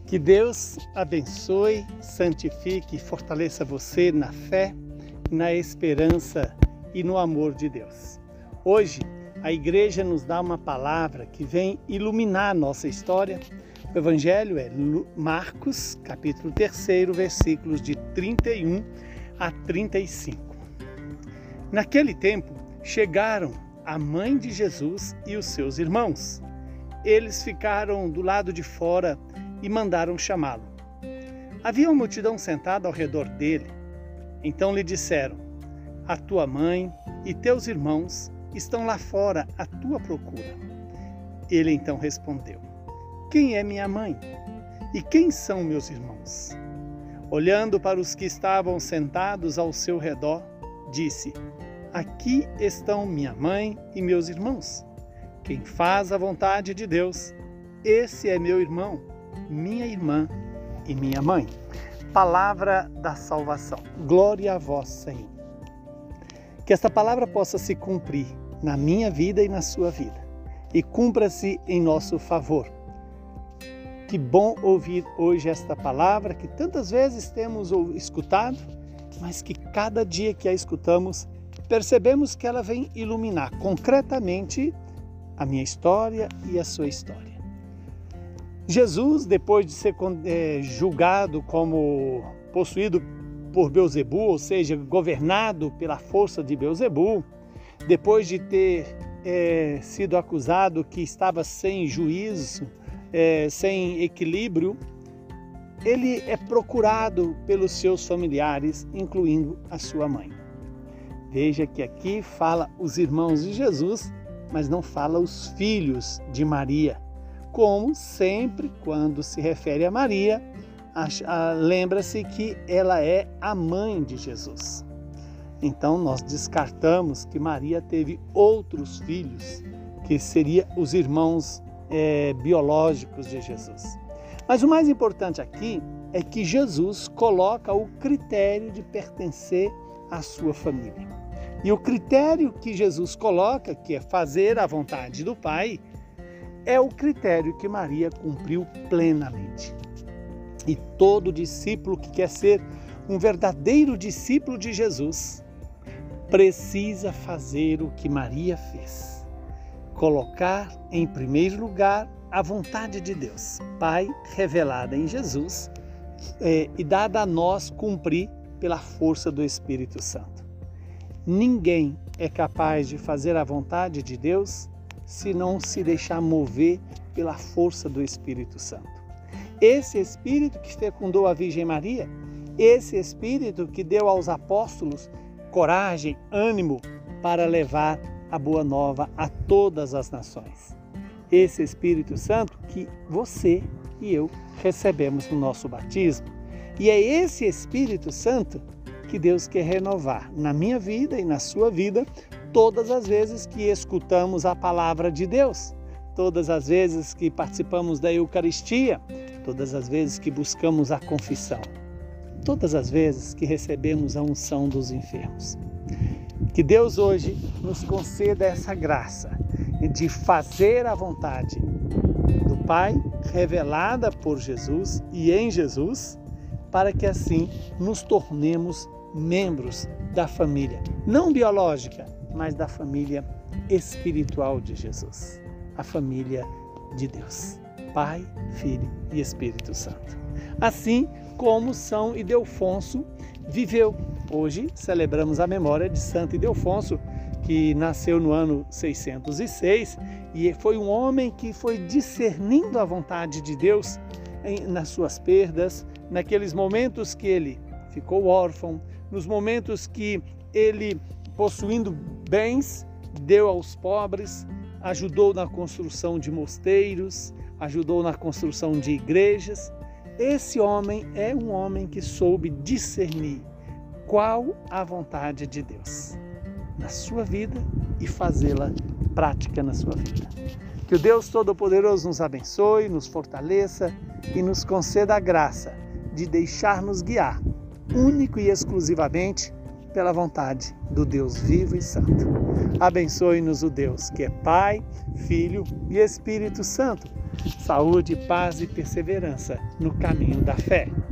Que Deus abençoe, santifique e fortaleça você na fé, na esperança e no amor de Deus. Hoje, a igreja nos dá uma palavra que vem iluminar a nossa história. O Evangelho é Marcos, capítulo 3, versículos de 31 a 35. Naquele tempo, chegaram a mãe de Jesus e os seus irmãos. Eles ficaram do lado de fora e mandaram chamá-lo. Havia uma multidão sentada ao redor dele. Então lhe disseram: a tua mãe e teus irmãos estão lá fora à tua procura. Ele então respondeu: quem é minha mãe? E quem são meus irmãos? Olhando para os que estavam sentados ao seu redor, disse: aqui estão minha mãe e meus irmãos. Quem faz a vontade de Deus, esse é meu irmão, minha irmã e minha mãe. Palavra da salvação. Glória a vós, Senhor. Que esta palavra possa se cumprir na minha vida e na sua vida, e cumpra-se em nosso favor. Que bom ouvir hoje esta palavra que tantas vezes temos escutado, mas que cada dia que a escutamos, percebemos que ela vem iluminar concretamente a minha história e a sua história. Jesus, depois de ser julgado como possuído por Beelzebu, ou seja, governado pela força de Beelzebu, depois de ter sido acusado que estava sem juízo, sem equilíbrio, ele é procurado pelos seus familiares, incluindo a sua mãe. Veja que aqui fala os irmãos de Jesus, mas não fala os filhos de Maria. Como sempre, quando se refere a Maria, lembra-se que ela é a mãe de Jesus. Então nós descartamos que Maria teve outros filhos, que seriam os irmãos biológicos de Jesus. Mas o mais importante aqui é que Jesus coloca o critério de pertencer à sua família. E o critério que Jesus coloca, que é fazer a vontade do Pai, é o critério que Maria cumpriu plenamente. E todo discípulo que quer ser um verdadeiro discípulo de Jesus precisa fazer o que Maria fez. Colocar em primeiro lugar a vontade de Deus, Pai, revelada em Jesus e dada a nós cumprir pela força do Espírito Santo. Ninguém é capaz de fazer a vontade de Deus se não se deixar mover pela força do Espírito Santo. Esse Espírito que fecundou a Virgem Maria, esse Espírito que deu aos apóstolos coragem, ânimo para levar a boa nova a todas as nações. Esse Espírito Santo que você e eu recebemos no nosso batismo. E é esse Espírito Santo que Deus quer renovar na minha vida e na sua vida todas as vezes que escutamos a palavra de Deus, todas as vezes que participamos da Eucaristia, todas as vezes que buscamos a confissão, todas as vezes que recebemos a unção dos enfermos. Que Deus hoje nos conceda essa graça de fazer a vontade do Pai, revelada por Jesus e em Jesus, para que assim nos tornemos membros da família, não biológica, mas da família espiritual de Jesus, a família de Deus, Pai, Filho e Espírito Santo. Assim como São Ildefonso viveu. Hoje celebramos a memória de Santo Ildefonso, que nasceu no ano 606 e foi um homem que foi discernindo a vontade de Deus nas suas perdas, naqueles momentos que ele ficou órfão, nos momentos que ele, possuindo bens, deu aos pobres, ajudou na construção de mosteiros, ajudou na construção de igrejas. Esse homem é um homem que soube discernir qual a vontade de Deus na sua vida e fazê-la prática na sua vida. Que o Deus Todo-Poderoso nos abençoe, nos fortaleça e nos conceda a graça de deixar-nos guiar, único e exclusivamente, pela vontade do Deus vivo e santo. Abençoe-nos o Deus que é Pai, Filho e Espírito Santo, saúde, paz e perseverança no caminho da fé.